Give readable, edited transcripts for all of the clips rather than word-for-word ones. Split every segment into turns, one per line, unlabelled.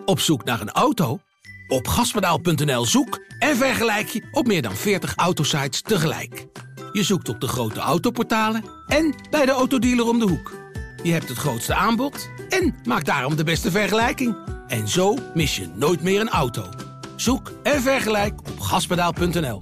Op zoek naar een auto? Op gaspedaal.nl zoek en vergelijk je op meer dan 40 autosites tegelijk. Je zoekt op de grote autoportalen en bij de autodealer om de hoek. Je hebt het grootste aanbod en maakt daarom de beste vergelijking. En zo mis je nooit meer een auto. Zoek en vergelijk op gaspedaal.nl.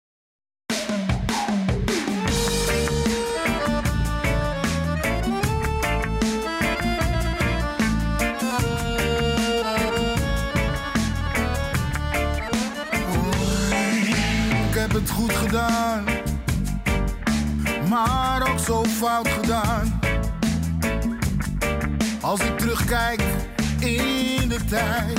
Ik heb het goed gedaan, maar ook zo fout gedaan. Als ik terugkijk in de tijd,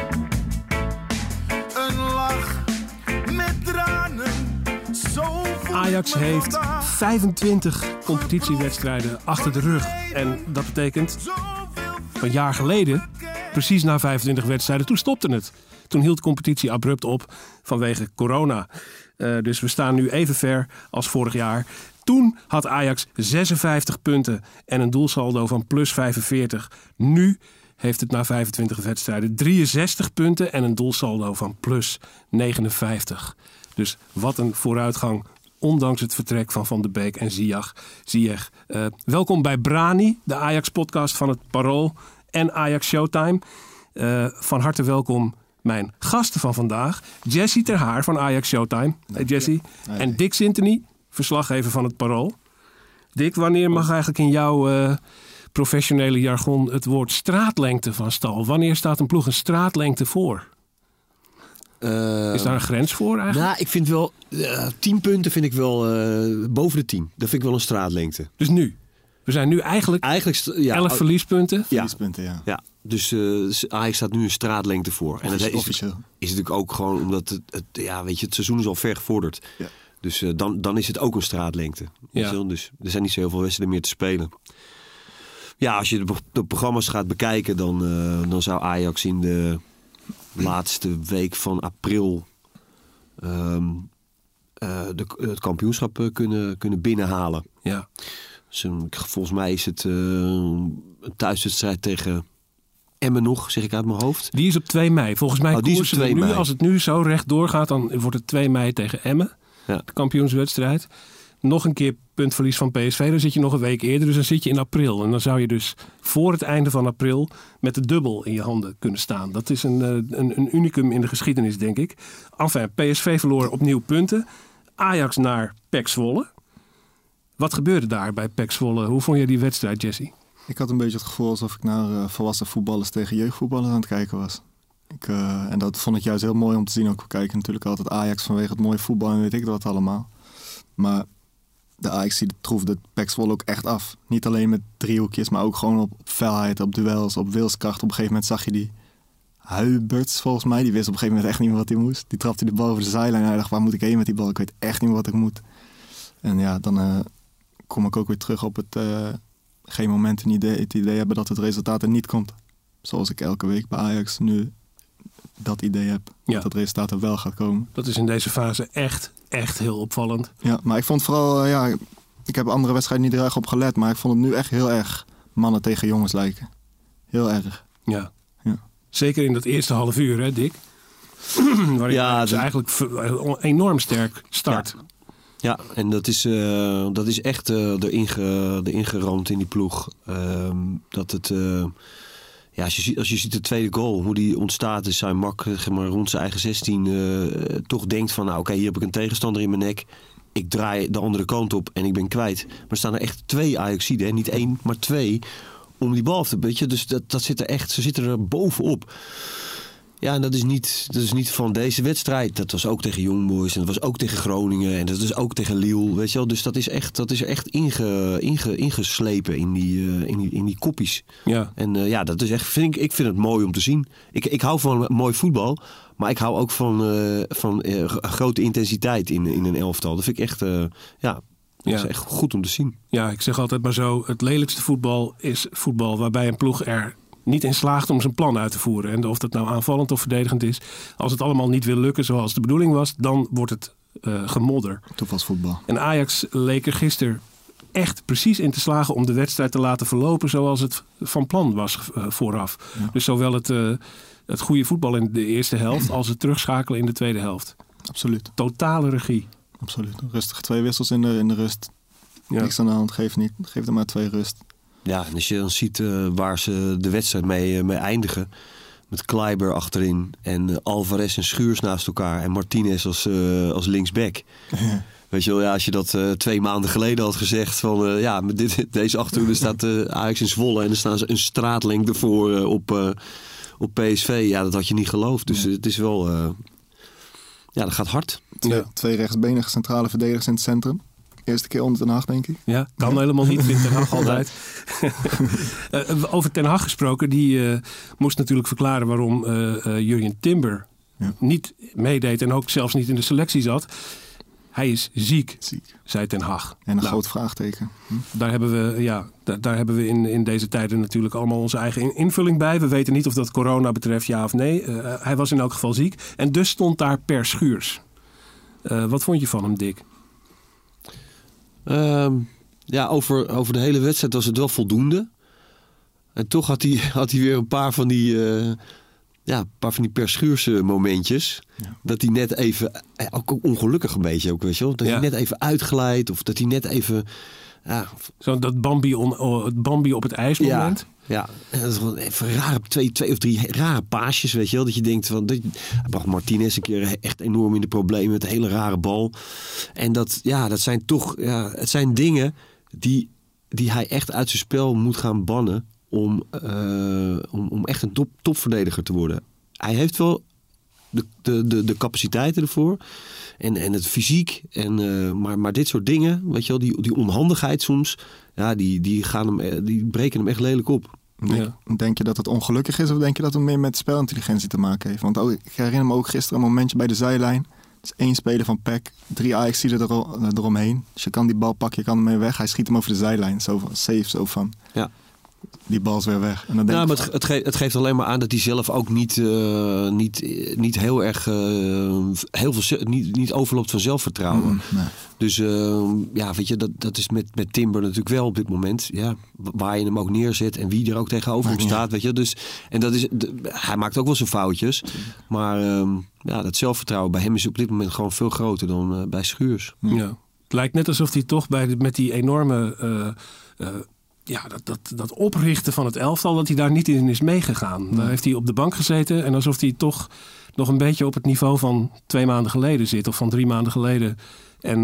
een lach met tranen, zoveel.
Ajax heeft 25 competitiewedstrijden achter de rug. En dat betekent, een jaar geleden, precies na 25 wedstrijden, toen stopte het. Toen hield de competitie abrupt op vanwege corona. Dus we staan nu even ver als vorig jaar. Toen had Ajax 56 punten en een doelsaldo van plus 45. Nu heeft het na 25 wedstrijden 63 punten en een doelsaldo van plus 59. Dus wat een vooruitgang, ondanks het vertrek van Van de Beek en Ziyech. Welkom bij Brani, de Ajax-podcast van het Parool en Ajax Showtime. Van harte welkom mijn gasten van vandaag. Jesse Ter Haar van Ajax Showtime. Hey Jesse. Hey. En Dick Sintony, verslaggever van het Parool. Dick, wanneer mag eigenlijk in jouw professionele jargon het woord straatlengte van stal? Wanneer staat een ploeg een straatlengte voor? Is daar een grens voor eigenlijk?
Nou, ik vind wel 10 punten vind ik wel boven de 10. Dat vind ik wel een straatlengte.
Dus nu? We zijn nu eigenlijk 11 verliespunten.
Verliespunten, ja. Dus Ajax staat nu een straatlengte voor. En dat is natuurlijk ook gewoon omdat het seizoen is al ver gevorderd. Ja. Dus dan is het ook een straatlengte. Ja. Dus er zijn niet zo heel veel wedstrijden meer te spelen. Ja, als je de programma's gaat bekijken, dan zou Ajax in de laatste week van april het kampioenschap kunnen binnenhalen. Ja. Dus, volgens mij is het een thuiswedstrijd tegen Emmen nog, zeg ik uit mijn hoofd.
Die is op 2 mei. Volgens mij koersen nu, als het nu zo recht doorgaat, dan wordt het 2 mei tegen Emmen. Ja. De kampioenswedstrijd. Nog een keer puntverlies van PSV. Dan zit je nog een week eerder. Dus dan zit je in april. En dan zou je dus voor het einde van april met de dubbel in je handen kunnen staan. Dat is een unicum in de geschiedenis, denk ik. Enfin, PSV verloor opnieuw punten. Ajax naar PEC Zwolle. Wat gebeurde daar bij PEC Zwolle? Hoe vond je die wedstrijd, Jesse?
Ik had een beetje het gevoel alsof ik naar volwassen voetballers tegen jeugdvoetballers aan het kijken was. En dat vond ik juist heel mooi om te zien. Ook we kijken natuurlijk altijd Ajax vanwege het mooie voetbal en weet ik wat allemaal. Maar de Ajax troefde PEC Zwolle ook echt af. Niet alleen met driehoekjes, maar ook gewoon op felheid, op duels, op wilskracht. Op een gegeven moment zag je die Huiberts volgens mij. Die wist op een gegeven moment echt niet meer wat hij moest. Die trapte de bal over de zijlijn en hij dacht, waar moet ik heen met die bal? Ik weet echt niet meer wat ik moet. En ja, dan kom ik ook weer terug op het geen moment het idee hebben dat het resultaat er niet komt. Zoals ik elke week bij Ajax nu dat idee heb. Ja. Dat het resultaat er wel gaat komen.
Dat is in deze fase echt heel opvallend.
Ja, maar ik vond vooral, ik heb andere wedstrijden niet er erg op gelet, maar ik vond het nu echt heel erg mannen tegen jongens lijken. Heel erg.
Ja. Zeker in dat eerste half uur, hè Dick? Waarin ze eigenlijk enorm sterk start.
Ja, en dat is echt erin geramd in die ploeg. Als je ziet de tweede goal, hoe die ontstaat, is zijn mak maar rond zijn eigen 16 toch denkt van, oké, hier heb ik een tegenstander in mijn nek. Ik draai de andere kant op en ik ben kwijt. Maar staan er echt 2 Ajaxiden, niet 1, maar 2 om die bal te beetje. Dus dat zit er echt, ze zitten er bovenop. Ja, en dat is niet van deze wedstrijd. Dat was ook tegen Young Boys en dat was ook tegen Groningen en dat is ook tegen Lille, weet je wel. Dus dat is er echt ingeslepen in die koppies. Ja. En dat is echt, ik vind het mooi om te zien. Ik hou van mooi voetbal, maar ik hou ook van grote intensiteit in een elftal. Dat vind ik echt, dat is echt goed om te zien.
Ja, ik zeg altijd maar zo, het lelijkste voetbal is voetbal waarbij een ploeg er niet in slaagt om zijn plan uit te voeren. En of dat nou aanvallend of verdedigend is. Als het allemaal niet wil lukken zoals de bedoeling was, dan wordt het gemodder.
Toevalsvoetbal.
En Ajax leek er gisteren echt precies in te slagen om de wedstrijd te laten verlopen zoals het van plan was vooraf. Ja. Dus zowel het goede voetbal in de eerste helft als het terugschakelen in de tweede helft.
Absoluut.
Totale regie.
Absoluut. Rustig 2 wissels in de rust.
Ja.
Niks aan de hand, geef er maar 2 rust.
Ja, en als je dan ziet waar ze de wedstrijd mee eindigen. Met Kleiber achterin en Alvarez en Schuurs naast elkaar. En Martinez als linksback.
Ja.
Weet je wel, ja, als je dat 2 maanden geleden had gezegd van met deze achterhoede staat Ajax in Zwolle en er staan ze een straatlengte voor op PSV. Ja, dat had je niet geloofd. Dus het is wel, dat gaat hard.
2 rechtsbenige centrale verdedigers in het centrum. Eerste keer onder Ten Hag, denk ik.
Ja, kan helemaal niet, vindt Ten Hag altijd. Over Ten Hag gesproken, die moest natuurlijk verklaren waarom Jurjen Timber niet meedeed en ook zelfs niet in de selectie zat. Hij is ziek, zei Ten Hag.
En een groot vraagteken.
Daar hebben we in deze tijden natuurlijk allemaal onze eigen invulling bij. We weten niet of dat corona betreft, ja of nee. Hij was in elk geval ziek. En dus stond daar Per Schuurs. Wat vond je van hem, Dick?
Over de hele wedstrijd was het wel voldoende. En toch had hij weer een paar van die Per Schuurs momentjes. Ja. Dat hij net even, ook ongelukkig een beetje ook, weet je wel. Dat hij net even uitglijdt of dat hij net even...
Zo dat Bambi op het ijs moment.
Ja, en dat is gewoon even rare, 2 of 3 rare paasjes, weet je wel. Dat je denkt van, hij bracht Martinez een keer echt enorm in de problemen met een hele rare bal. En dat zijn toch, het zijn dingen die hij echt uit zijn spel moet gaan bannen om echt een topverdediger te worden. Hij heeft wel de capaciteiten ervoor en het fysiek maar dit soort dingen, weet je wel, die onhandigheid soms, die breken hem echt lelijk op.
Denk je dat het ongelukkig is of denk je dat het meer met spelintelligentie te maken heeft? Want ik herinner me ook gisteren een momentje bij de zijlijn. Het is 1 speler van PEC, 3 Ajax eromheen. Dus je kan die bal pakken, je kan ermee weg. Hij schiet hem over de zijlijn, zo van safe, zo van... Ja. Die bal is weer weg. En dan denk
maar het geeft alleen maar aan dat hij zelf ook niet heel erg niet overloopt van zelfvertrouwen. Nee. Dus weet je, dat is met Timber natuurlijk wel op dit moment. Ja, waar je hem ook neerzet en wie er ook tegenover hem staat, weet je. Dus en dat is, hij maakt ook wel zijn foutjes, maar dat zelfvertrouwen bij hem is op dit moment gewoon veel groter dan bij Schuurs.
Ja. Het lijkt net alsof hij toch met die enorme dat oprichten van het elftal, dat hij daar niet in is meegegaan. Nee. Daar heeft hij op de bank gezeten en alsof hij toch nog een beetje op het niveau van 2 maanden geleden zit of van 3 maanden geleden. En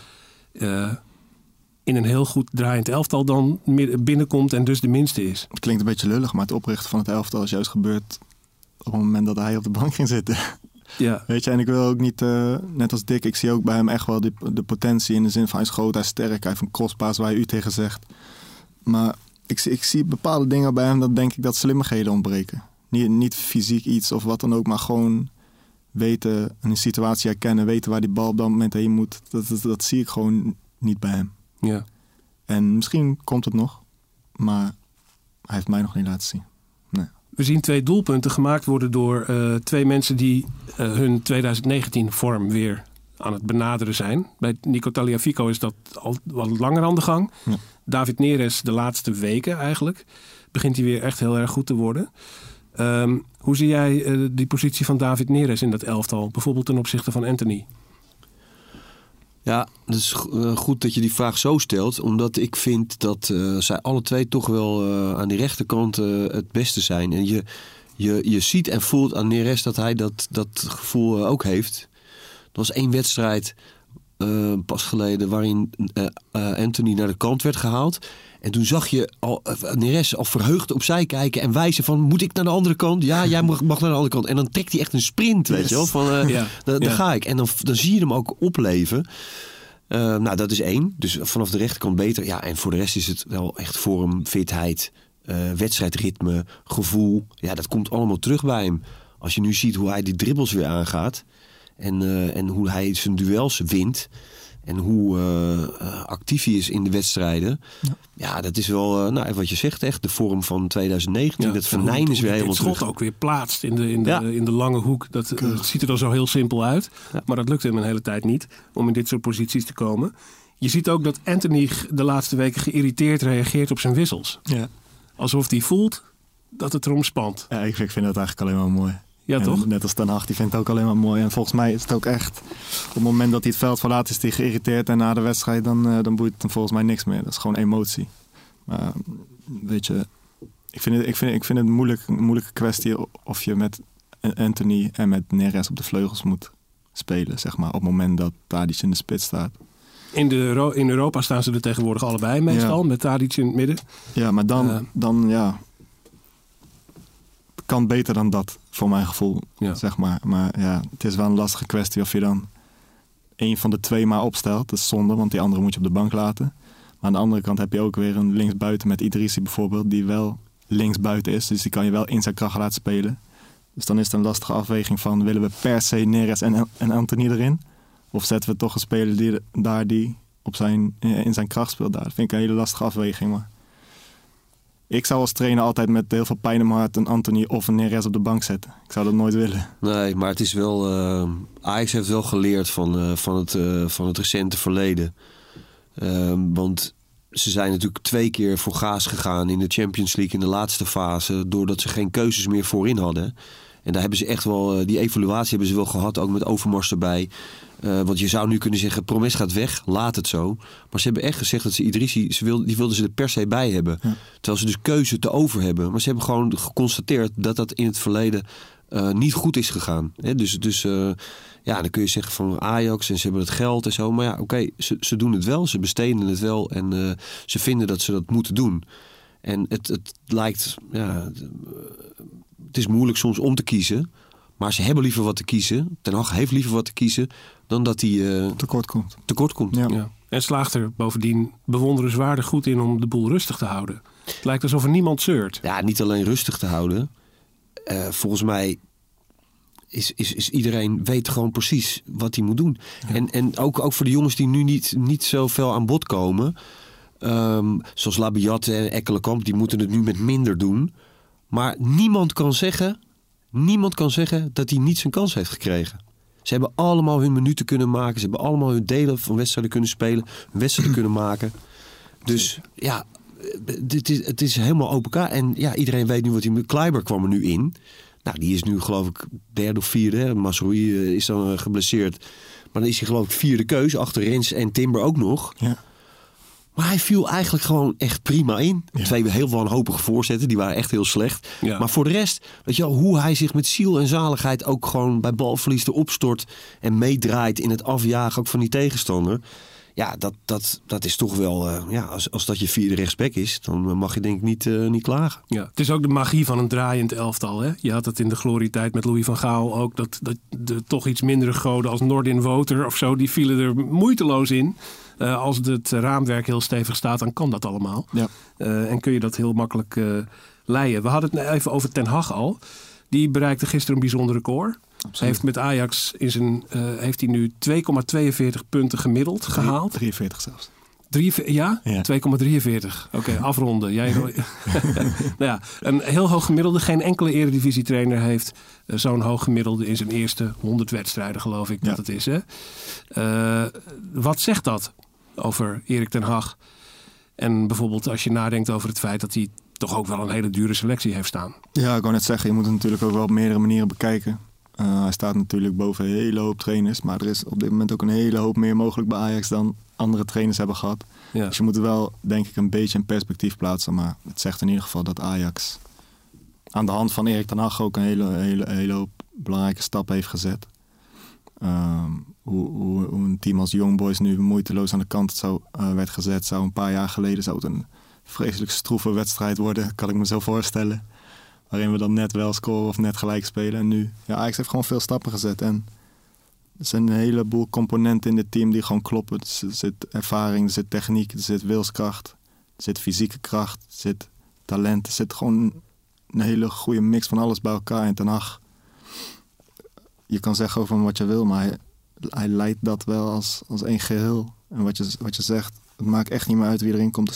in een heel goed draaiend elftal dan binnenkomt en dus de minste is.
Het klinkt een beetje lullig, maar het oprichten van het elftal is juist gebeurd op het moment dat hij op de bank ging zitten. Ja. Weet je, en ik wil ook niet, net als Dick, ik zie ook bij hem echt wel de potentie in de zin van hij is groot, hij is sterk, hij heeft een crosspaas waar je u tegen zegt. Maar ik zie bepaalde dingen bij hem, dat denk ik dat slimmigheden ontbreken. Niet fysiek iets of wat dan ook, maar gewoon weten, een situatie herkennen, weten waar die bal op dat moment heen moet. Dat zie ik gewoon niet bij hem. Ja. En misschien komt het nog, maar hij heeft mij nog niet laten zien. Nee.
We zien 2 doelpunten gemaakt worden door 2 mensen die hun 2019 vorm weer aan het benaderen zijn. Bij Nico Tagliafico is dat al wat langer aan de gang. Ja. David Neres de laatste weken eigenlijk. Begint hij weer echt heel erg goed te worden. Hoe zie jij die positie van David Neres in dat elftal? Bijvoorbeeld ten opzichte van Anthony?
Ja, het is goed dat je die vraag zo stelt. Omdat ik vind dat zij alle 2 toch wel aan die rechterkant het beste zijn. En je ziet en voelt aan Neres dat hij dat gevoel ook heeft. Er was 1 wedstrijd pas geleden waarin Anthony naar de kant werd gehaald. En toen zag je Neres al verheugd opzij kijken en wijzen van, moet ik naar de andere kant? Ja, jij mag naar de andere kant. En dan trekt hij echt een sprint, weet je wel. Van, daar ga ik. En dan zie je hem ook opleven. Dat is 1. Dus vanaf de rechterkant beter. Ja, en voor de rest is het wel echt vorm, fitheid, wedstrijdritme, gevoel. Ja, dat komt allemaal terug bij hem. Als je nu ziet hoe hij die dribbels weer aangaat. En hoe hij zijn duels wint. En hoe actief hij is in de wedstrijden. Ja, dat is wel, wat je zegt, echt de vorm van 2019. Ja, dat venijn is weer helemaal terug. Het schot
ook weer plaatst in de lange hoek. Dat ziet er dan zo heel simpel uit. Ja. Maar dat lukt hem een hele tijd niet om in dit soort posities te komen. Je ziet ook dat Anthony de laatste weken geïrriteerd reageert op zijn wissels. Ja. Alsof hij voelt, dat het erom spant.
Ja, ik vind dat eigenlijk alleen maar mooi.
Ja,
en
toch?
Net als Ten Hag, die vindt het ook alleen maar mooi. En volgens mij is het ook echt... Op het moment dat hij het veld verlaat, is hij geïrriteerd. En na de wedstrijd, dan boeit het hem volgens mij niks meer. Dat is gewoon emotie. Maar weet je... Ik vind het een moeilijke kwestie of je met Antony en met Neres op de vleugels moet spelen, zeg maar. Op het moment dat Tadic in de spits staat.
In Europa staan ze er tegenwoordig allebei meestal, met Tadic in het midden.
Ja, maar dan kan beter dan dat, voor mijn gevoel, zeg maar. Maar ja, het is wel een lastige kwestie of je dan één van de twee maar opstelt. Dat is zonde, want die andere moet je op de bank laten. Maar aan de andere kant heb je ook weer een linksbuiten met Idrissi bijvoorbeeld, die wel linksbuiten is. Dus die kan je wel in zijn kracht laten spelen. Dus dan is het een lastige afweging van, willen we per se Neres en Antony erin? Of zetten we toch een speler die in zijn kracht speelt daar? Dat vind ik een hele lastige afweging, maar... Ik zou als trainer altijd met heel veel pijn in mijn hart een Antony of een Neres op de bank zetten. Ik zou dat nooit willen.
Nee, maar het is wel... Ajax heeft wel geleerd van het recente verleden. Want ze zijn natuurlijk 2 keer voor gaas gegaan in de Champions League in de laatste fase, doordat ze geen keuzes meer voorin hadden. En daar hebben ze echt wel, die evaluatie hebben ze wel gehad, ook met Overmars erbij. Want je zou nu kunnen zeggen, Promes gaat weg, laat het zo. Maar ze hebben echt gezegd dat ze Idrissi, die wilden ze er per se bij hebben. Ja. Terwijl ze dus keuze te over hebben. Maar ze hebben gewoon geconstateerd dat in het verleden niet goed is gegaan. Hè? Dus dan kun je zeggen van Ajax en ze hebben het geld en zo. Maar ja, oké, ze doen het wel, ze besteden het wel en ze vinden dat ze dat moeten doen. En het lijkt, het is moeilijk soms om te kiezen. Maar ze hebben liever wat te kiezen. Ten Hag heeft liever wat te kiezen dan dat hij tekort komt.
Ja. Ja. En slaagt er bovendien bewonderenswaardig goed in om de boel rustig te houden. Het lijkt alsof er niemand zeurt.
Ja, niet alleen rustig te houden. Volgens mij is iedereen weet gewoon precies wat hij moet doen. Ja. En ook voor de jongens die nu niet zo veel aan bod komen. Zoals Labiat en Ekkelenkamp, die moeten het nu met minder doen. Maar niemand kan zeggen dat hij niet zijn kans heeft gekregen. Ze hebben allemaal hun minuten kunnen maken. Ze hebben allemaal hun delen van wedstrijden kunnen spelen. Hun wedstrijden kunnen maken. Dus ja, het is helemaal open kaart. En ja, iedereen weet nu wat hij... Kleiber kwam er nu in. Nou, die is nu geloof ik 3e of 4e. Masroei is dan geblesseerd. Maar dan is hij geloof ik 4e keus. Achter Rens en Timber ook nog. Ja. Maar hij viel eigenlijk gewoon echt prima in. Ja. 2 heel wanhopige voorzetten, die waren echt heel slecht. Ja. Maar voor de rest, weet je wel, hoe hij zich met ziel en zaligheid ook gewoon bij balverlies erop stort en meedraait in het afjagen ook van die tegenstander. Ja, dat is toch wel, als dat je 4e rechtsback is, dan mag je denk ik niet klagen. Ja,
het is ook de magie van een draaiend elftal. Hè? Je had het in de glorietijd met Louis van Gaal ook, dat de toch iets mindere goden als Nordin Woter of zo, die vielen er moeiteloos in. Als het raamwerk heel stevig staat, dan kan dat allemaal. Ja. En kun je dat heel makkelijk leiden. We hadden het even over Ten Hag al. Die bereikte gisteren een bijzonder record. Hij heeft met Ajax heeft hij nu 2,42 punten gemiddeld gehaald.
43 zelfs.
2,43. Oké, afronden. Nou ja, een heel hoog gemiddelde. Geen enkele eredivisietrainer heeft zo'n hoog gemiddelde in zijn eerste 100 wedstrijden, geloof ik dat het is. Hè? Wat zegt dat over Erik ten Hag? En bijvoorbeeld als je nadenkt over het feit dat hij toch ook wel een hele dure selectie heeft staan. Ja,
ik wou net zeggen, je moet het natuurlijk ook wel op meerdere manieren bekijken. Hij staat natuurlijk boven een hele hoop trainers. Maar er is op dit moment ook een hele hoop meer mogelijk bij Ajax dan andere trainers hebben gehad. Ja. Dus je moet het wel, denk ik, een beetje in perspectief plaatsen. Maar het zegt in ieder geval dat Ajax aan de hand van Erik ten Hag ook een hele hoop belangrijke stappen heeft gezet. Hoe een team als Young Boys nu moeiteloos aan de kant werd gezet, zou een paar jaar geleden zou het een vreselijk stroeve wedstrijd worden, kan ik me zo voorstellen. Waarin we dan net wel scoren of net gelijk spelen. En nu, Ajax heeft gewoon veel stappen gezet. En er zijn een heleboel componenten in dit team die gewoon kloppen. Er zit ervaring, er zit techniek, er zit wilskracht, er zit fysieke kracht, er zit talent. Er zit gewoon een hele goede mix van alles bij elkaar. En Ten Hag, je kan zeggen over hem wat je wil, maar hij leidt dat wel als één geheel. En wat je zegt, het maakt echt niet meer uit wie erin komt te staan.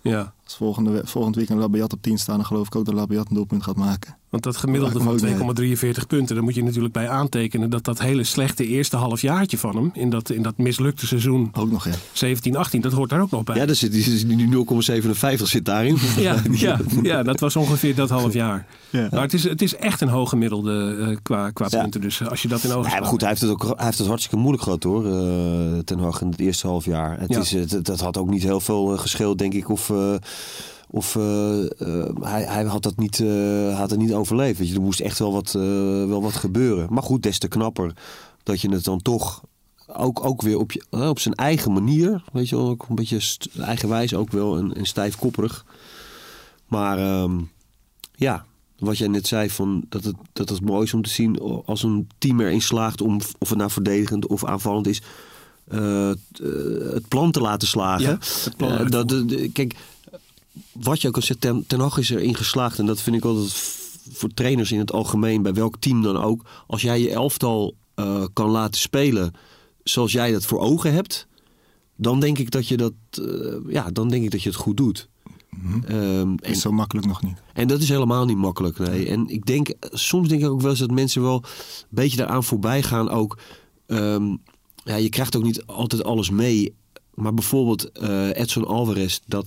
Ja.
Als volgend weekend Labiat op 10 staan, dan geloof ik ook dat Labiat een doelpunt gaat maken.
Want dat gemiddelde van 2,43 punten, daar moet je natuurlijk bij aantekenen dat hele slechte eerste halfjaartje van hem, in dat mislukte seizoen
Ook nog, ja.
17-18, dat hoort daar ook nog bij.
Ja, daar zit die 0,57 zit daarin.
Ja, dat was ongeveer dat half jaar.
Ja.
Maar het is echt een hoog gemiddelde qua punten. Dus als je dat in ogen
Ja,
slaat.
maar goed, hij heeft het hartstikke moeilijk gehad hoor. Ten Hag in het eerste half jaar. Dat had ook niet heel veel gescheeld, denk ik. Of hij had het niet overleefd. Weet je, er moest echt wel wat gebeuren. Maar goed, des te knapper dat je het dan toch ook weer op zijn eigen manier. Weet je wel, ook een beetje eigenwijs ook wel en stijfkopperig. Maar wat jij net zei, van dat het mooi is om te zien als een team erin slaagt om, of het nou verdedigend of aanvallend is, het plan te laten slagen.
Ja, het plan
kijk, wat je ook al zegt, Ten Hag is erin geslaagd. En dat vind ik altijd voor trainers in het algemeen, bij welk team dan ook. Als jij je elftal kan laten spelen zoals jij dat voor ogen hebt, dan denk ik dat je het goed doet.
Is zo makkelijk nog niet.
En dat is helemaal niet makkelijk, nee. En soms denk ik ook wel eens dat mensen wel een beetje daaraan voorbij gaan ook. Je krijgt ook niet altijd alles mee. Maar bijvoorbeeld Edson Alvarez, daar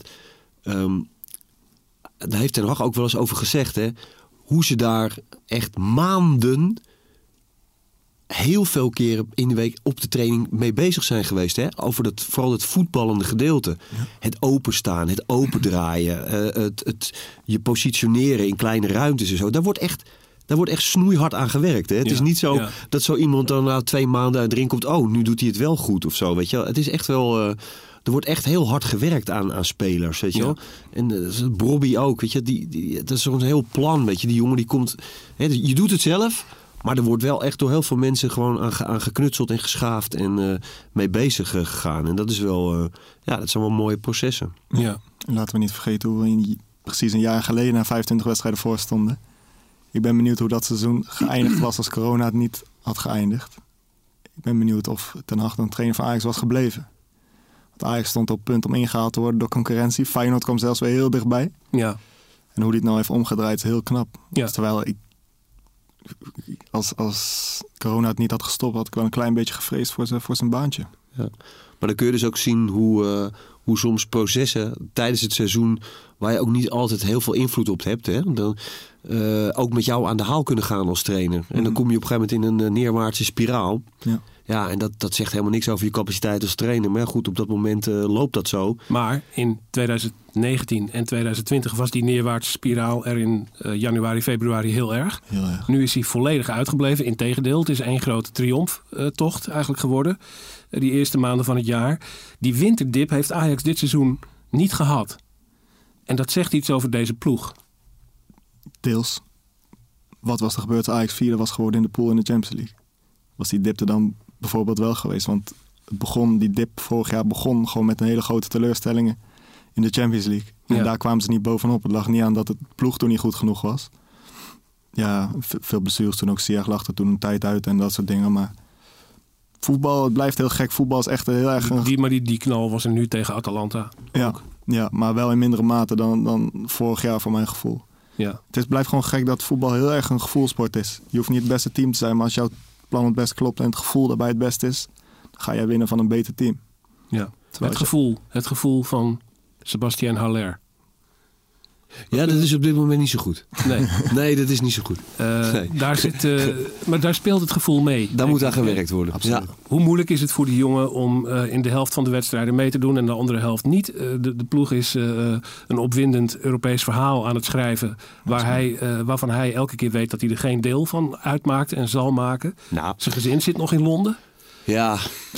heeft Ten Hag ook wel eens over gezegd, hè, hoe ze daar echt maanden heel veel keren in de week op de training mee bezig zijn geweest. Hè? Over vooral het voetballende gedeelte. Ja. Het openstaan, het opendraaien, je positioneren in kleine ruimtes en zo. Daar wordt echt snoeihard aan gewerkt. Hè? Het is niet zo dat zo iemand dan na 2 maanden erin komt, oh, nu doet hij het wel goed of zo. Weet je wel? Het is echt wel. Er wordt echt heel hard gewerkt aan spelers, weet je wel. En Bobby ook, weet je. Dat is zo'n heel plan, weet je. Die jongen die komt. Hè, je doet het zelf. Maar er wordt wel echt door heel veel mensen gewoon aan geknutseld en geschaafd en mee bezig gegaan. En dat is wel, dat zijn wel mooie processen.
Ja. En laten we niet vergeten hoe we precies een jaar geleden na 25 wedstrijden voor stonden. Ik ben benieuwd hoe dat seizoen geëindigd was als corona het niet had geëindigd. Ik ben benieuwd of Ten Hag dan trainer van Ajax was gebleven. Want Ajax stond op punt om ingehaald te worden door concurrentie. Feyenoord kwam zelfs weer heel dichtbij. Ja. En hoe die het nou heeft omgedraaid is heel knap. Ja. Dus terwijl als corona het niet had gestopt, had ik wel een klein beetje gevreesd voor zijn baantje.
Ja. Maar dan kun je dus ook zien hoe soms processen tijdens het seizoen, waar je ook niet altijd heel veel invloed op hebt, hè, dan ook met jou aan de haal kunnen gaan als trainer. En dan kom je op een gegeven moment in een neerwaartse spiraal. Ja, en dat zegt helemaal niks over je capaciteit als trainer. Maar goed, op dat moment loopt dat zo.
Maar in 2019 en 2020 was die neerwaartse spiraal er in januari, februari heel erg.
Heel erg.
Nu is hij volledig uitgebleven. Integendeel, het is één grote triomftocht eigenlijk geworden. Die eerste maanden van het jaar. Die winterdip heeft Ajax dit seizoen niet gehad. En dat zegt iets over deze ploeg.
Deels. Wat was er gebeurd als Ajax 4 was geworden in de pool in de Champions League? Was die dip er dan bijvoorbeeld wel geweest? Want die dip vorig jaar begon gewoon met een hele grote teleurstellingen in de Champions League. En daar kwamen ze niet bovenop. Het lag niet aan dat het ploeg toen niet goed genoeg was. Ja, veel blessures toen ook. Ziyech lag er toen een tijd uit en dat soort dingen. Maar voetbal, het blijft heel gek. Voetbal is echt heel erg...
Die knal was er nu tegen Atalanta.
Ja, maar wel in mindere mate dan vorig jaar voor mijn gevoel. Ja. Het blijft gewoon gek dat voetbal heel erg een gevoelsport is. Je hoeft niet het beste team te zijn, maar als jouw plan het best klopt en het gevoel daarbij het best is, dan ga jij winnen van een beter team.
Ja. Het gevoel van Sébastien Haller.
Ja, dat is op dit moment niet zo goed. Nee, dat is niet zo goed.
Maar daar speelt het gevoel mee.
Daar moet aan gewerkt worden.
Ja. Hoe moeilijk is het voor die jongen om in de helft van de wedstrijden mee te doen en de andere helft niet? De ploeg is een opwindend Europees verhaal aan het schrijven, waarvan hij elke keer weet dat hij er geen deel van uitmaakt en zal maken. Nou. Zijn gezin zit nog in Londen.
Ja,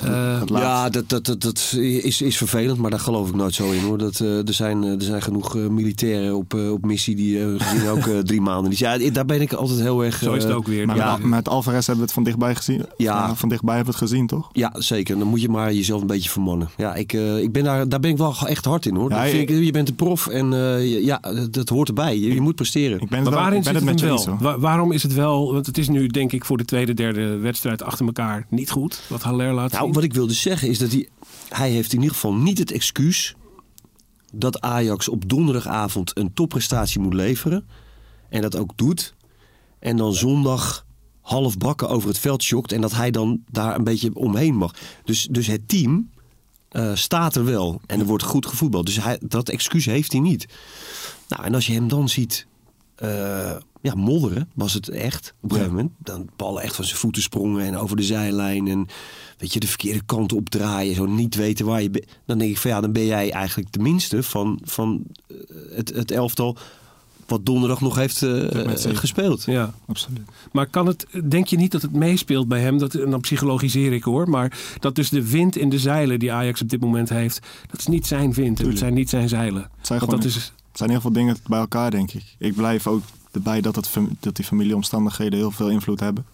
dat is vervelend, maar daar geloof ik nooit zo in, hoor. Er zijn genoeg militairen op missie die gezien ook 3 maanden. Dus ja, daar ben ik altijd heel erg...
Zo is het ook weer.
Maar met Alvarez hebben we het van dichtbij gezien. Ja, van dichtbij hebben we het gezien, toch?
Ja, zeker. Dan moet je maar jezelf een beetje vermannen. Ja, ik ben daar ben ik wel echt hard in, hoor. Ja, je bent een prof en dat hoort erbij. Je moet presteren.
Waarom is het wel... Want het is nu, denk ik, voor de tweede, derde wedstrijd achter elkaar niet goed, wat Haller laat zien.
Wat ik wilde zeggen is dat hij heeft in ieder geval niet het excuus dat Ajax op donderdagavond een topprestatie moet leveren. En dat ook doet. En dan zondag half bakken over het veld schokt. En dat hij dan daar een beetje omheen mag. Dus het team staat er wel. En er wordt goed gevoetbald. Dus dat excuus heeft hij niet. Nou, en als je hem dan ziet modderen, was het echt. Op een gegeven moment. Dan ballen echt van zijn voeten sprongen en over de zijlijn. En weet je, de verkeerde kant opdraaien. Zo niet weten waar je bent. Dan denk ik van dan ben jij eigenlijk de minste van het elftal wat donderdag nog heeft gespeeld.
Ja,
Absoluut.
maar denk je niet dat het meespeelt bij hem? En dan psychologiseer ik hoor. Maar dat dus de wind in de zeilen die Ajax op dit moment heeft, dat is niet zijn wind. Het zijn niet zijn zeilen.
Het zijn heel veel dingen bij elkaar, denk ik. Ik blijf ook erbij dat die familieomstandigheden heel veel invloed hebben.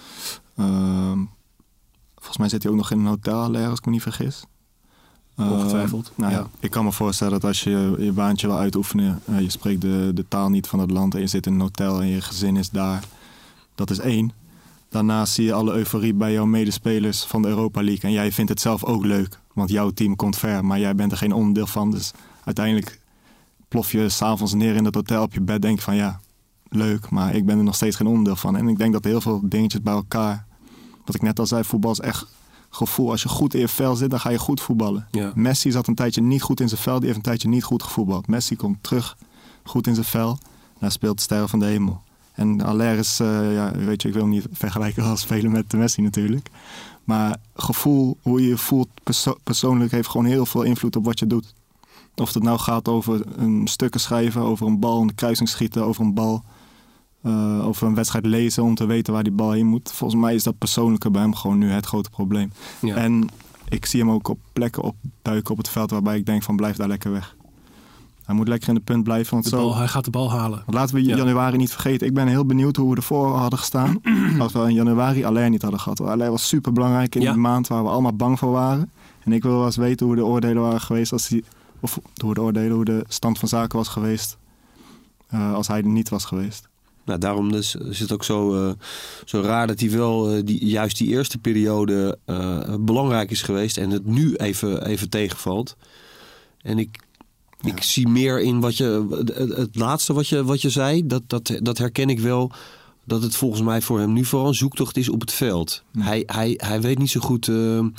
Volgens mij zit hij ook nog in een hotel, als ik me niet vergis.
Ongetwijfeld.
Ik kan me voorstellen dat als je je baantje wil uitoefenen, je spreekt de taal niet van het land en je zit in een hotel en je gezin is daar. Dat is 1. Daarnaast zie je alle euforie bij jouw medespelers van de Europa League. En jij vindt het zelf ook leuk, want jouw team komt ver, maar jij bent er geen onderdeel van. Dus uiteindelijk plof je 's avonds neer in het hotel op je bed, denk van leuk, maar ik ben er nog steeds geen onderdeel van. En ik denk dat heel veel dingetjes bij elkaar, wat ik net al zei, voetbal is echt gevoel. Als je goed in je vel zit, dan ga je goed voetballen.
Ja.
Messi zat een tijdje niet goed in zijn vel, die heeft een tijdje niet goed gevoetbald. Messi komt terug, goed in zijn vel, en hij speelt de sterren van de hemel. En Haller is, weet je, ik wil hem niet vergelijken als spelen met Messi natuurlijk. Maar gevoel, hoe je je voelt persoonlijk, heeft gewoon heel veel invloed op wat je doet. Of het nou gaat over een stukken schrijven, over een bal, een kruising schieten, over een bal, over een wedstrijd lezen om te weten waar die bal heen moet. Volgens mij is dat persoonlijke bij hem gewoon nu het grote probleem.
Ja.
En ik zie hem ook op plekken opduiken op het veld waarbij ik denk van blijf daar lekker weg. Hij moet lekker in de punt blijven.
Hij gaat de bal halen.
Want laten we januari niet vergeten. Ik ben heel benieuwd hoe we ervoor hadden gestaan als we in januari Haller niet hadden gehad. Haller was super belangrijk in die maand waar we allemaal bang voor waren. En ik wil wel eens weten hoe de oordelen waren geweest hoe de stand van zaken was geweest als hij er niet was geweest.
Nou, daarom is het ook zo raar dat hij wel juist die eerste periode belangrijk is geweest en het nu even tegenvalt. En ik zie meer in het laatste wat je zei, dat herken ik wel, dat het volgens mij voor hem nu vooral een zoektocht is op het veld. Ja. Hij weet niet zo goed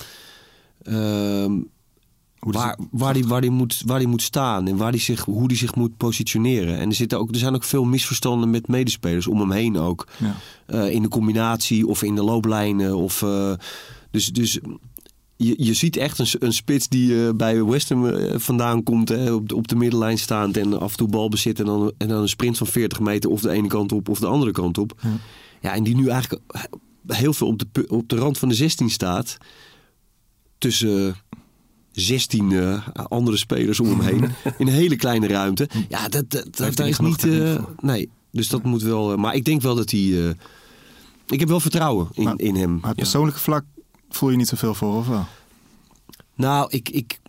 waar hij moet staan en hoe hij zich moet positioneren. En er zijn ook veel misverstanden met medespelers om hem heen ook. Ja. In de combinatie of in de looplijnen. Dus je ziet echt een spits die bij West Ham vandaan komt, op de middenlijn staand en af en toe bal bezit en dan een sprint van 40 meter of de ene kant op of de andere kant op. Ja, en die nu eigenlijk heel veel op de rand van de 16 staat tussen 16 andere spelers om hem heen. In een hele kleine ruimte. Ja, dat is niet... nee, dus dat moet wel... maar ik denk wel dat hij... ik heb wel vertrouwen in hem.
Maar het persoonlijke vlak voel je niet zoveel voor, of wel?
Nou,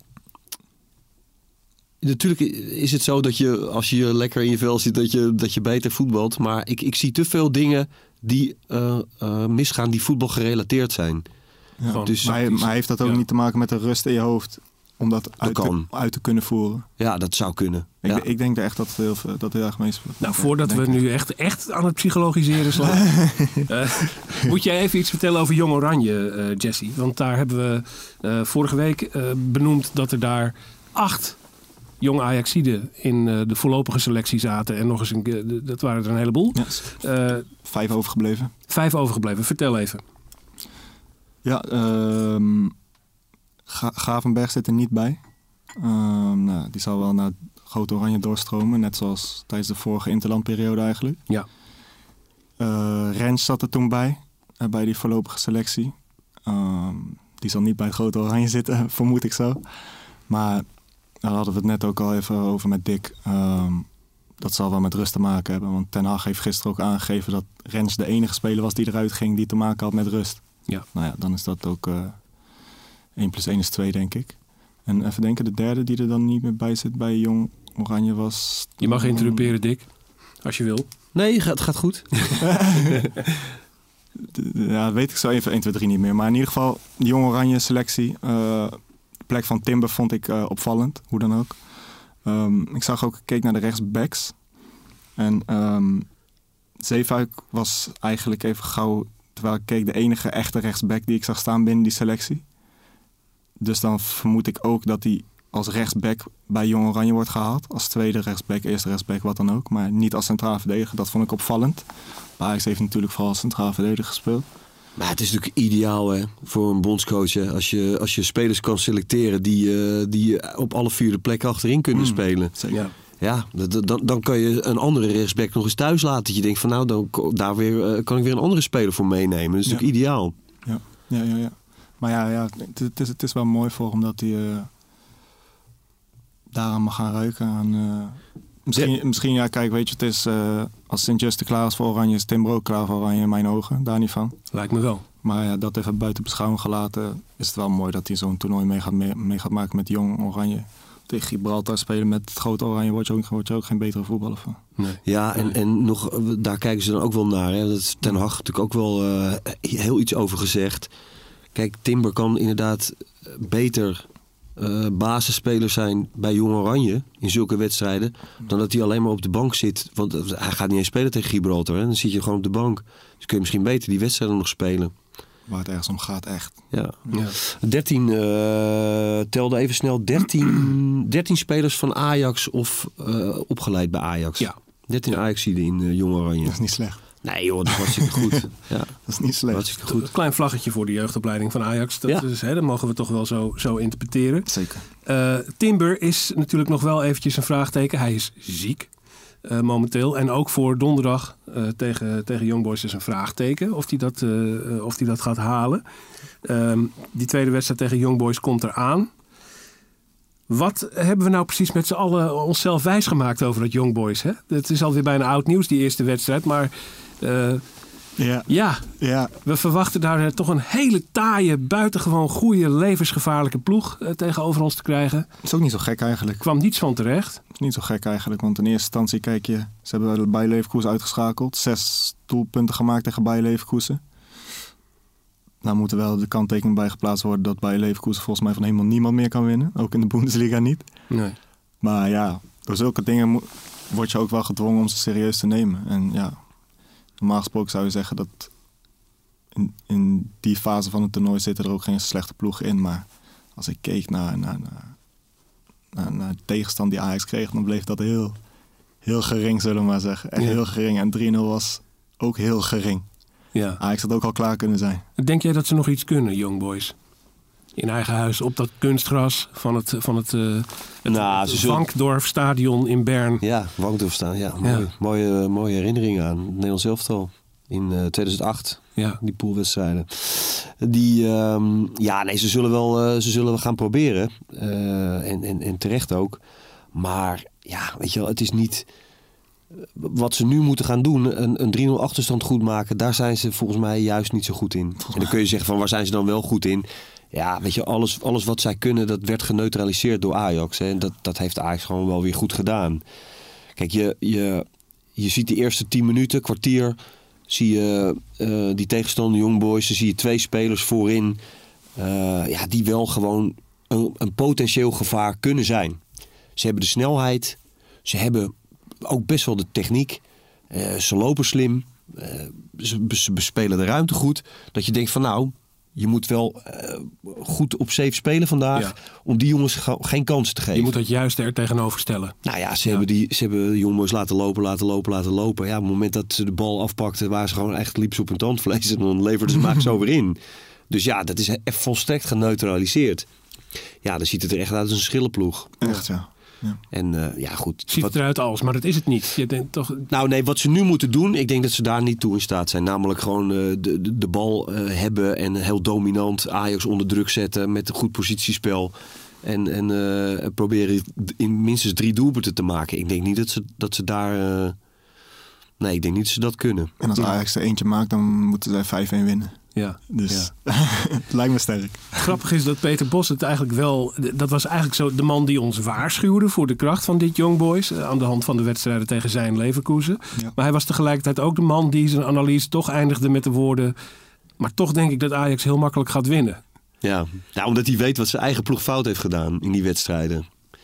natuurlijk is het zo dat je, als je lekker in je vel zit, dat je beter voetbalt. Maar ik zie te veel dingen die misgaan die voetbal gerelateerd zijn.
Ja, dus, maar heeft dat ook niet te maken met de rust in je hoofd? Om dat uit te kunnen voeren?
Ja, dat zou kunnen.
Ik denk echt dat het heel erg meespeelt.
Nou, voordat we nu echt aan het psychologiseren slaan, moet jij even iets vertellen over Jong Oranje, Jesse. Want daar hebben we vorige week benoemd dat er daar 8 jonge Ajaxiden in de voorlopige selectie zaten. En nog eens dat waren er een heleboel.
Yes. 5 overgebleven.
5 overgebleven. Vertel even.
Ja, Gravenberg zit er niet bij. Die zal wel naar Groot Oranje doorstromen. Net zoals tijdens de vorige interlandperiode eigenlijk.
Ja.
Rens zat er toen bij die voorlopige selectie. Die zal niet bij het Groot Oranje zitten, vermoed ik zo. Maar daar hadden we het net ook al even over met Dick. Dat zal wel met rust te maken hebben. Want Ten Hag heeft gisteren ook aangegeven dat Rens de enige speler was die eruit ging die te maken had met rust.
Ja.
Nou ja, dan is dat ook 1 + 1 is 2, denk ik. En even denken, de derde die er dan niet meer bij zit bij Jong Oranje was...
Je mag interrumperen, Dick, als je wil.
Nee, het gaat goed.
Ja, weet ik zo even 1, 2, 3 niet meer. Maar in ieder geval, de Jong Oranje selectie. De plek van Timber vond ik opvallend, hoe dan ook. Ik keek naar de rechtsbacks. En Zeefuik was eigenlijk even gauw, terwijl ik keek, de enige echte rechtsback die ik zag staan binnen die selectie. Dus dan vermoed ik ook dat hij als rechtsback bij Jong Oranje wordt gehaald. Als tweede rechtsback, eerste rechtsback, wat dan ook. Maar niet als centraal verdediger. Dat vond ik opvallend. Maar Ajax heeft natuurlijk vooral als centraal verdediger gespeeld.
Maar het is natuurlijk ideaal hè, voor een bondscoach. Hè, als je spelers kan selecteren die op alle 4 plekken achterin kunnen spelen.
Zeker.
Ja, dan kan je een andere rechtsback nog eens thuis laten. Dat je denkt van dan kan ik weer een andere speler voor meenemen. Dat is natuurlijk ideaal.
Ja. Maar het is wel mooi voor hem dat hij daaraan mag gaan ruiken. Misschien, kijk, weet je, het is als Sint-Juste klaar is voor Oranje, is Timber ook klaar voor Oranje in mijn ogen. Daar niet van.
Lijkt me wel.
Maar ja, dat even buiten beschouwing gelaten, is het wel mooi dat hij zo'n toernooi mee gaat maken met Jong Oranje. Tegen Gibraltar spelen met het grote Oranje word je ook geen betere voetballer van.
Nee. Ja, en nog, daar kijken ze dan ook wel naar. Hè. Dat is Ten Hag natuurlijk ook wel heel iets over gezegd. Kijk, Timber kan inderdaad beter basisspeler zijn bij Jong Oranje in zulke wedstrijden, dan dat hij alleen maar op de bank zit. Want hij gaat niet eens spelen tegen Gibraltar. Hè. Dan zit je gewoon op de bank. Dus kun je misschien beter die wedstrijden nog spelen.
Waar het ergens om gaat, echt.
Ja. 13, telde even snel, 13 spelers van Ajax of opgeleid bij Ajax.
Ja.
13 Ajaxiden in Jong Oranje.
Dat is niet slecht.
Nee joh, dat was hartstikke goed. Ja.
Dat is niet slecht.
Hartstikke goed.
Een klein vlaggetje voor de jeugdopleiding van Ajax. Dat mogen we toch wel zo interpreteren.
Zeker.
Timber is natuurlijk nog wel eventjes een vraagteken. Hij is ziek momenteel. En ook voor donderdag tegen Young Boys is een vraagteken of hij dat gaat halen. Die tweede wedstrijd tegen Young Boys komt eraan. Wat hebben we nou precies met z'n allen onszelf wijsgemaakt over dat Young Boys? Hè? Het is alweer bijna oud nieuws, die eerste wedstrijd. Maar we verwachten daar toch een hele taaie, buitengewoon goede, levensgevaarlijke ploeg tegenover ons te krijgen.
Dat is ook niet zo gek eigenlijk.
Er kwam niets van terecht.
Dat is niet zo gek eigenlijk, want in eerste instantie kijk je, ze hebben Bayer Leverkusen uitgeschakeld. 6 doelpunten gemaakt tegen Bayer Leverkusen. Nou moet er wel de kanttekening bij geplaatst worden dat Bayer Leverkusen volgens mij van helemaal niemand meer kan winnen. Ook in de Bundesliga niet.
Nee.
Maar ja, door zulke dingen word je ook wel gedwongen om ze serieus te nemen. En ja, normaal gesproken zou je zeggen dat in die fase van het toernooi zitten er ook geen slechte ploegen in. Maar als ik keek naar de tegenstand die Ajax kreeg, dan bleef dat heel, heel gering, zullen we maar zeggen. Echt heel gering. En 3-0 was ook heel gering.
Ja.
Ajax had ook al klaar kunnen zijn.
Denk jij dat ze nog iets kunnen, Young Boys? In eigen huis, op dat kunstgras van het Wankdorfstadion in Bern.
Ja, Wankdorfstadion. Ja, mooie herinneringen aan het Nederlands elftal in 2008.
Ja.
Die poolwedstrijden. Ze zullen wel gaan proberen. En terecht ook. Maar ja, weet je wel, het is niet wat ze nu moeten gaan doen, een 3-0 achterstand goed maken, daar zijn ze volgens mij juist niet zo goed in. En dan kun je zeggen van waar zijn ze dan wel goed in? Ja, weet je, alles wat zij kunnen, dat werd geneutraliseerd door Ajax. Hè? En dat heeft Ajax gewoon wel weer goed gedaan. Kijk, je ziet de eerste 10 minuten, kwartier, zie je die tegenstander Young Boys, dan zie je 2 spelers voorin die wel gewoon een potentieel gevaar kunnen zijn. Ze hebben de snelheid, ze hebben ook best wel de techniek. Ze lopen slim. Ze bespelen de ruimte goed. Dat je denkt van nou, je moet wel goed op safe spelen vandaag. Om die jongens geen kansen te geven.
Je moet dat juist er tegenover stellen.
Nou ja, ze hebben de jongens laten lopen. Ja, op het moment dat ze de bal afpakten, waren ze gewoon echt liep ze op hun tandvlees. En dan leverden ze maar zo weer in. Dus ja, dat is volstrekt geneutraliseerd. Ja, dan ziet het er echt uit als een schillenploeg.
Echt, ja. Ja.
En goed.
Ziet het eruit als, maar dat is het niet. Je denkt toch...
Nou nee, wat ze nu moeten doen, ik denk dat ze daar niet toe in staat zijn. Namelijk gewoon de bal hebben en heel dominant Ajax onder druk zetten met een goed positiespel. En proberen in minstens 3 doelpunten te maken. Ik denk niet dat ze daar... Nee, ik denk niet dat ze dat kunnen.
En als Ajax er eentje maakt, dan moeten zij 5-1 winnen.
Ja.
Dus het lijkt me sterk.
Grappig is dat Peter Bos het eigenlijk wel... Dat was eigenlijk zo de man die ons waarschuwde voor de kracht van dit Young Boys. Aan de hand van de wedstrijden tegen zijn Leverkusen. Ja. Maar hij was tegelijkertijd ook de man die zijn analyse toch eindigde met de woorden... Maar toch denk ik dat Ajax heel makkelijk gaat winnen.
Ja, omdat hij weet wat zijn eigen ploeg fout heeft gedaan in die wedstrijden.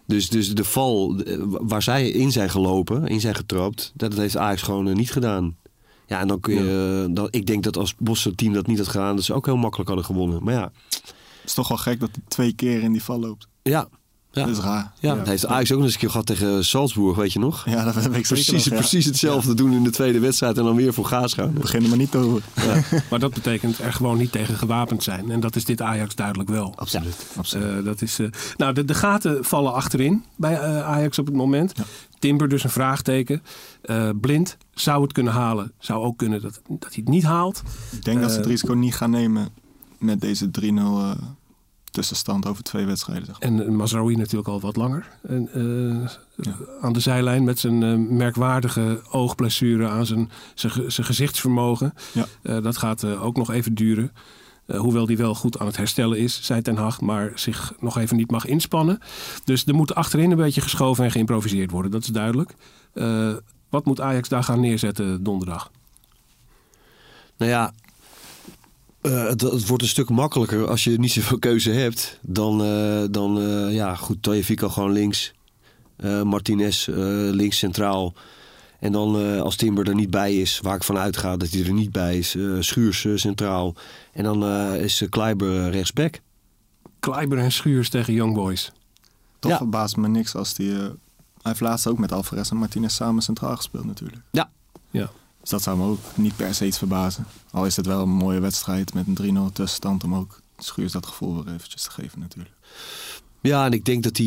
Dus de val waar zij in zijn gelopen, in zijn getrapt, dat heeft Ajax gewoon niet gedaan. Ja, en dan kun je... ik denk dat als Bosse team dat niet had gedaan, dat ze ook heel makkelijk hadden gewonnen. Maar ja...
Het is toch wel gek dat hij 2 keer in die val loopt.
Ja.
Dat is raar.
Ja, dat heeft Ajax ook nog eens een keer gehad tegen Salzburg, weet je nog?
Ja, dat heb ik zeker
Precies hetzelfde doen in de tweede wedstrijd en dan weer voor gaas gaan.
We beginnen maar niet over.
Ja. Maar dat betekent er gewoon niet tegen gewapend zijn. En dat is dit Ajax duidelijk wel.
Absoluut.
Dat is, de gaten vallen achterin bij Ajax op het moment. Ja. Timber dus een vraagteken. Blind zou het kunnen halen. Zou ook kunnen dat hij het niet haalt.
Ik denk dat ze het risico niet gaan nemen met deze 3-0... tussenstand over 2 wedstrijden. Zeg maar.
En Mazraoui natuurlijk al wat langer. Aan de zijlijn met zijn merkwaardige oogblessure aan zijn gezichtsvermogen. Ja. Dat gaat ook nog even duren. Hoewel die wel goed aan het herstellen is, zei Ten Hag, maar zich nog even niet mag inspannen. Dus er moet achterin een beetje geschoven en geïmproviseerd worden. Dat is duidelijk. Wat moet Ajax daar gaan neerzetten donderdag?
Nou ja... Het wordt een stuk makkelijker als je niet zoveel keuze hebt. Dan Tagliafico gewoon links. Martinez links centraal. En dan als Timber er niet bij is, waar ik van uitga dat hij er niet bij is. Schuurs centraal. En dan is Kleiber rechtsback.
Kleiber en Schuurs tegen Young Boys.
Toch verbaast me niks als die... hij heeft laatst ook met Alvarez en Martinez samen centraal gespeeld natuurlijk.
Ja.
Dus dat zou me ook niet per se iets verbazen. Al is het wel een mooie wedstrijd met een 3-0 tussenstand... om ook Schuurs dat gevoel weer eventjes te geven natuurlijk.
Ja, en ik denk dat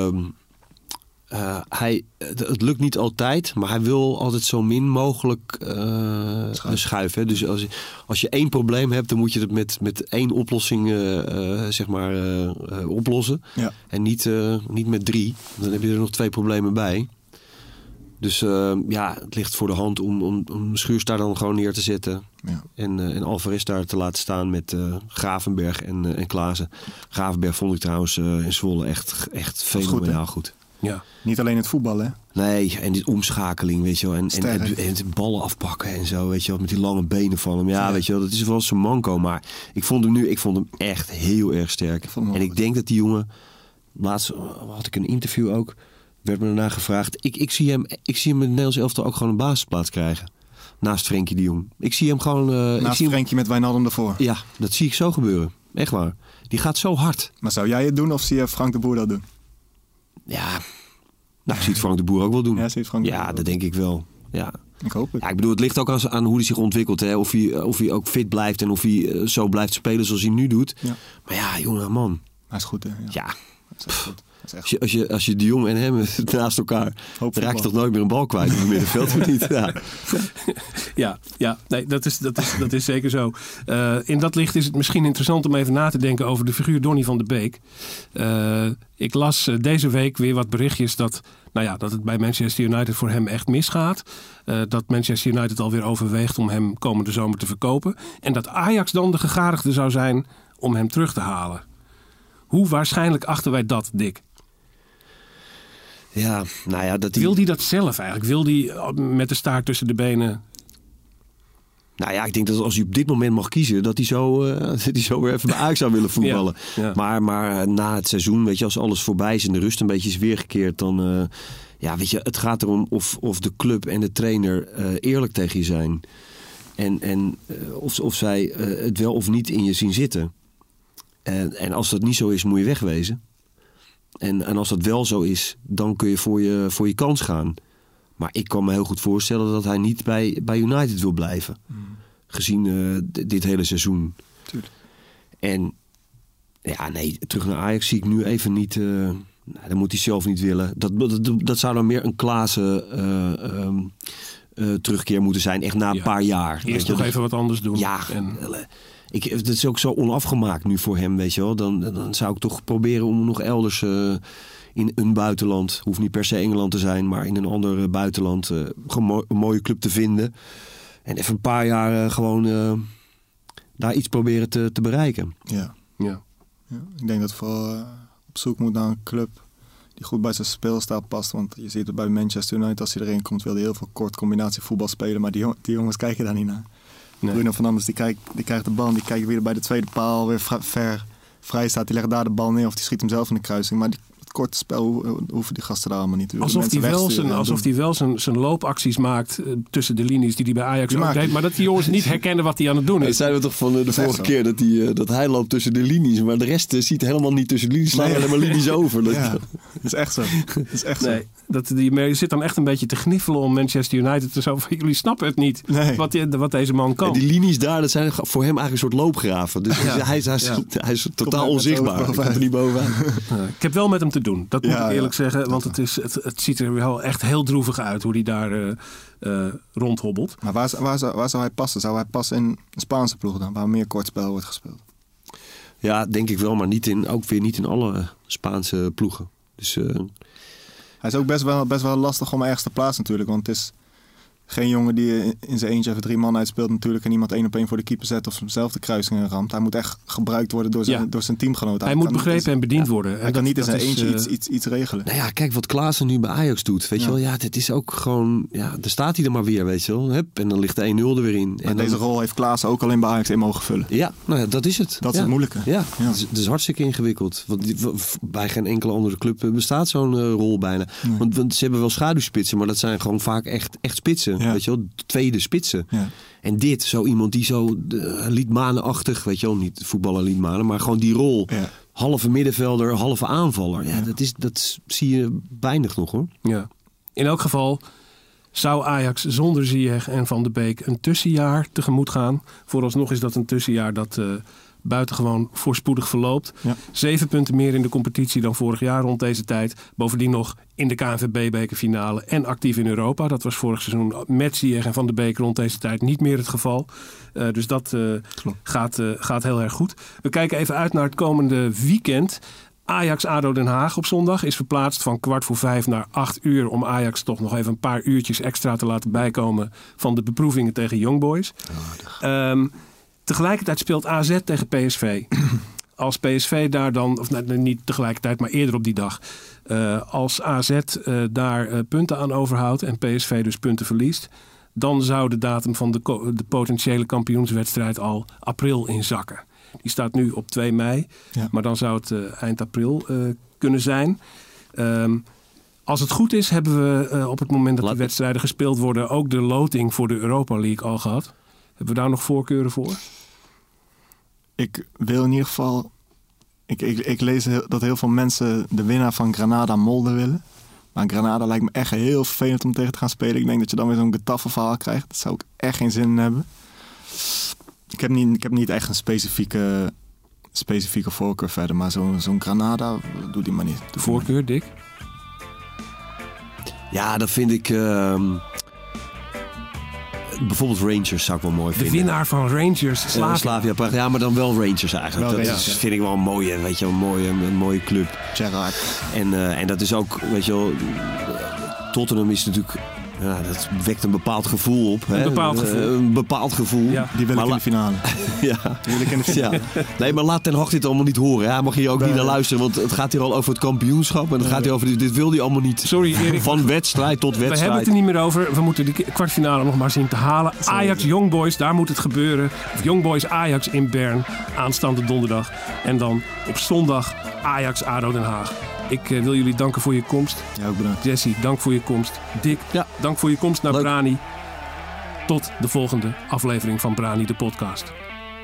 hij... het lukt niet altijd, maar hij wil altijd zo min mogelijk schuiven. Hè? Dus als je 1 probleem hebt, dan moet je het met 1 oplossing oplossen. Ja. En niet met 3. Dan heb je er nog 2 problemen bij. Dus het ligt voor de hand om Schuurs daar dan gewoon neer te zetten. Ja. En Alvarez daar te laten staan met Gravenberg en Klaassen. Gravenberg vond ik trouwens in Zwolle echt fenomenaal goed.
Ja. Niet alleen het voetballen, hè?
Nee, en die omschakeling, weet je wel. En ballen afpakken en zo, weet je wel. Met die lange benen van hem. Ja, weet je wel, dat is wel zijn manco. Maar ik vond hem echt heel erg sterk. En ik denk dat die jongen... Laatst had ik een interview ook... werd me daarna gevraagd. Ik zie hem in het Nederlands elftal ook gewoon een basisplaats krijgen. Naast Frenkie de Jong. Ik zie hem gewoon...
naast Frenkie met Wijnaldum ervoor.
Ja, dat zie ik zo gebeuren. Echt waar. Die gaat zo hard.
Maar zou jij het doen of zie je Frank de Boer dat doen?
Ja, ik zie het Frank de Boer ook wel doen.
Ja,
dat denk ik wel. Ja.
Ik hoop het.
Ja, ik bedoel, het ligt ook aan hoe hij zich ontwikkelt. Hè? Of hij ook fit blijft en of hij zo blijft spelen zoals hij nu doet. Ja. Maar ja, jongen, man.
Hij is goed, hè?
Ja.
Hij is echt goed.
Als je de Jong en hem naast elkaar... raak je toch nooit meer een bal kwijt in het middenveld, of niet?
Ja. Nee, dat is zeker zo. In dat licht is het misschien interessant om even na te denken over de figuur Donny van de Beek. Ik las deze week weer wat berichtjes dat het bij Manchester United voor hem echt misgaat. Dat Manchester United alweer overweegt om hem komende zomer te verkopen. En dat Ajax dan de gegadigde zou zijn om hem terug te halen. Hoe waarschijnlijk achten wij dat, Dick?
Ja,
Wil hij dat zelf eigenlijk? Wil hij met de staart tussen de benen...
Nou ja, ik denk dat als hij op dit moment mag kiezen... dat hij zo weer even bij Ajax zou willen voetballen. Ja. Maar na het seizoen, weet je, als alles voorbij is... en de rust een beetje is weergekeerd... dan, weet je, het gaat erom of de club en de trainer eerlijk tegen je zijn. En of zij het wel of niet in je zien zitten. En als dat niet zo is, moet je wegwezen. En als dat wel zo is, dan kun je voor je kans gaan. Maar ik kan me heel goed voorstellen dat hij niet bij United wil blijven. Gezien dit hele seizoen.
Tuurlijk.
En terug naar Ajax zie ik nu even niet... dat moet hij zelf niet willen. Dat zou dan meer een Klaassen terugkeer moeten zijn. Echt na een paar jaar.
Eerst nog even wat anders doen.
Ja, dat is ook zo onafgemaakt nu voor hem, weet je wel. Dan zou ik toch proberen om nog elders in een buitenland... hoeft niet per se Engeland te zijn, maar in een ander buitenland... een mooie club te vinden. En even een paar jaar gewoon daar iets proberen te bereiken.
Ja. Ik denk dat vooral op zoek moet naar een club... die goed bij zijn speelstijl past. Want je ziet het bij Manchester United, als hij erin komt... wil hij heel veel kort combinatievoetbal spelen. Maar die jongens kijken daar niet naar. Nee. Bruno Fernandes die krijgt de bal en die kijkt weer bij de tweede paal weer vrij staat. Die legt daar de bal neer of die schiet hem zelf in de kruising. Maar dat korte spel hoeven die gasten daar allemaal niet te doen.
Alsof hij wel zijn loopacties maakt tussen de linies die hij bij Ajax ook deed. Maar dat die jongens niet herkennen wat hij aan het doen is.
Dat zeiden we toch van de vorige keer dat hij loopt tussen de linies. Maar de rest ziet helemaal niet tussen de linies. Slaan alleen maar linies over.
Dat is echt zo.
Je zit dan echt een beetje te gniffelen om Manchester United te zo van jullie snappen het niet wat deze man kan.
En die linies daar, dat zijn voor hem eigenlijk een soort loopgraven. Dus hij is totaal onzichtbaar. Hij komt er niet bovenaan.
Ik heb wel met hem te doen. Dat moet ik eerlijk zeggen. Want het ziet er wel echt heel droevig uit hoe hij daar rondhobbelt.
Maar waar zou hij passen? Zou hij passen in een Spaanse ploeg dan? Waar meer kortspel wordt gespeeld?
Ja, denk ik wel. Maar ook weer niet in alle Spaanse ploegen. Dus...
Hij is ook best wel lastig om ergens te plaatsen natuurlijk. Want het is geen jongen die in zijn eentje even 3 man uitspeelt natuurlijk. En iemand 1-op-1 voor de keeper zet of zelf de kruisingen ramt. Hij moet echt gebruikt worden door zijn teamgenoten.
Hij moet begrepen en bediend worden.
Hij kan niet in zijn eentje iets regelen.
Nou ja, kijk wat Klaassen nu bij Ajax doet. Weet je wel, ja, dit is ook gewoon... Ja, daar staat hij er maar weer, weet je wel. Hup, en dan ligt de 1-0 er weer in. En
deze rol heeft Klaassen ook alleen bij Ajax in mogen vullen.
Ja, nou ja, dat is het.
Dat is het moeilijke.
Ja, het is hartstikke ingewikkeld. Want bij geen enkele andere club bestaat zo'n rol bijna. Nee. Want ze hebben wel schaduwspitsen, maar dat zijn gewoon vaak echt spitsen. Ja. Weet je wel, tweede spitsen. Ja. En zo iemand die zo Liedmanen-achtig, weet je wel, niet voetballer Liedmanen, maar gewoon die rol. Ja. Halve middenvelder, halve aanvaller. Ja, dat zie je weinig nog, hoor.
Ja. In elk geval zou Ajax zonder Ziyech en Van de Beek een tussenjaar tegemoet gaan. Vooralsnog is dat een tussenjaar dat buitengewoon voorspoedig verloopt. Ja. 7 punten meer in de competitie dan vorig jaar rond deze tijd. Bovendien nog in de KNVB-bekerfinale en actief in Europa. Dat was vorig seizoen met Ziyech en Van de Beek rond deze tijd niet meer het geval. Dus dat gaat heel erg goed. We kijken even uit naar het komende weekend. Ajax-ADO Den Haag op zondag is verplaatst van 4:45 naar 8:00... om Ajax toch nog even een paar uurtjes extra te laten bijkomen van de beproevingen tegen Young Boys. Tegelijkertijd speelt AZ tegen PSV. Als PSV daar dan, of niet tegelijkertijd, maar eerder op die dag. Als AZ daar punten aan overhoudt en PSV dus punten verliest, dan zou de datum van de potentiële kampioenswedstrijd al april inzakken. Die staat nu op 2 mei, maar dan zou het eind april kunnen zijn. Als het goed is, hebben we op het moment dat die wedstrijden gespeeld worden ook de loting voor de Europa League al gehad. Hebben we daar nog voorkeuren voor?
Ik wil in ieder geval... Ik lees dat heel veel mensen de winnaar van Granada-Molde willen. Maar Granada lijkt me echt heel vervelend om tegen te gaan spelen. Ik denk dat je dan weer zo'n getaffe verhaal krijgt. Daar zou ik echt geen zin in hebben. Ik heb niet echt een specifieke voorkeur verder. Maar zo'n Granada, doe die maar niet.
De voorkeur, Dick?
Ja, dat vind ik... Bijvoorbeeld Rangers zou ik wel mooi vinden.
De winnaar van Rangers,
Slavia Praag. Ja, maar dan wel Rangers eigenlijk. Vind ik wel een mooie, weet je, een mooie club.
Gerrard.
En dat is ook, weet je wel... Tottenham is natuurlijk... Ja, dat wekt een bepaald gevoel op. Een bepaald gevoel.
Ja, die wil ik in de finale.
Nee, maar laat Ten Hag dit allemaal niet horen. Hij mag hier ook niet naar luisteren. Want het gaat hier al over het kampioenschap. En het gaat hier over... Dit wil hij allemaal niet.
Sorry, Erik.
Van wedstrijd tot wedstrijd.
We hebben het er niet meer over. We moeten de kwartfinale nog maar zien te halen. Ajax Young Boys, daar moet het gebeuren. Of Young Boys Ajax in Bern. Aanstaande donderdag. En dan op zondag Ajax ADO Den Haag. Ik wil jullie danken voor je komst.
Ja, ook bedankt.
Jesse, dank voor je komst. Dick, dank voor je komst naar Brani. Tot de volgende aflevering van Brani, de podcast.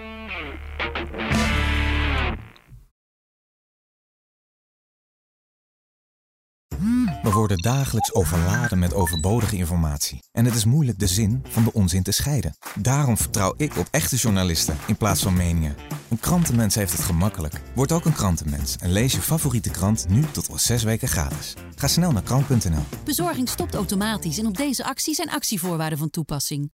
We worden dagelijks overladen met overbodige informatie. En het is moeilijk de zin van de onzin te scheiden. Daarom vertrouw ik op echte journalisten in plaats van meningen. Een krantenmens heeft het gemakkelijk. Word ook een krantenmens en lees je favoriete krant nu tot al 6 weken gratis. Ga snel naar krant.nl.
Bezorging stopt automatisch en op deze actie zijn actievoorwaarden van toepassing.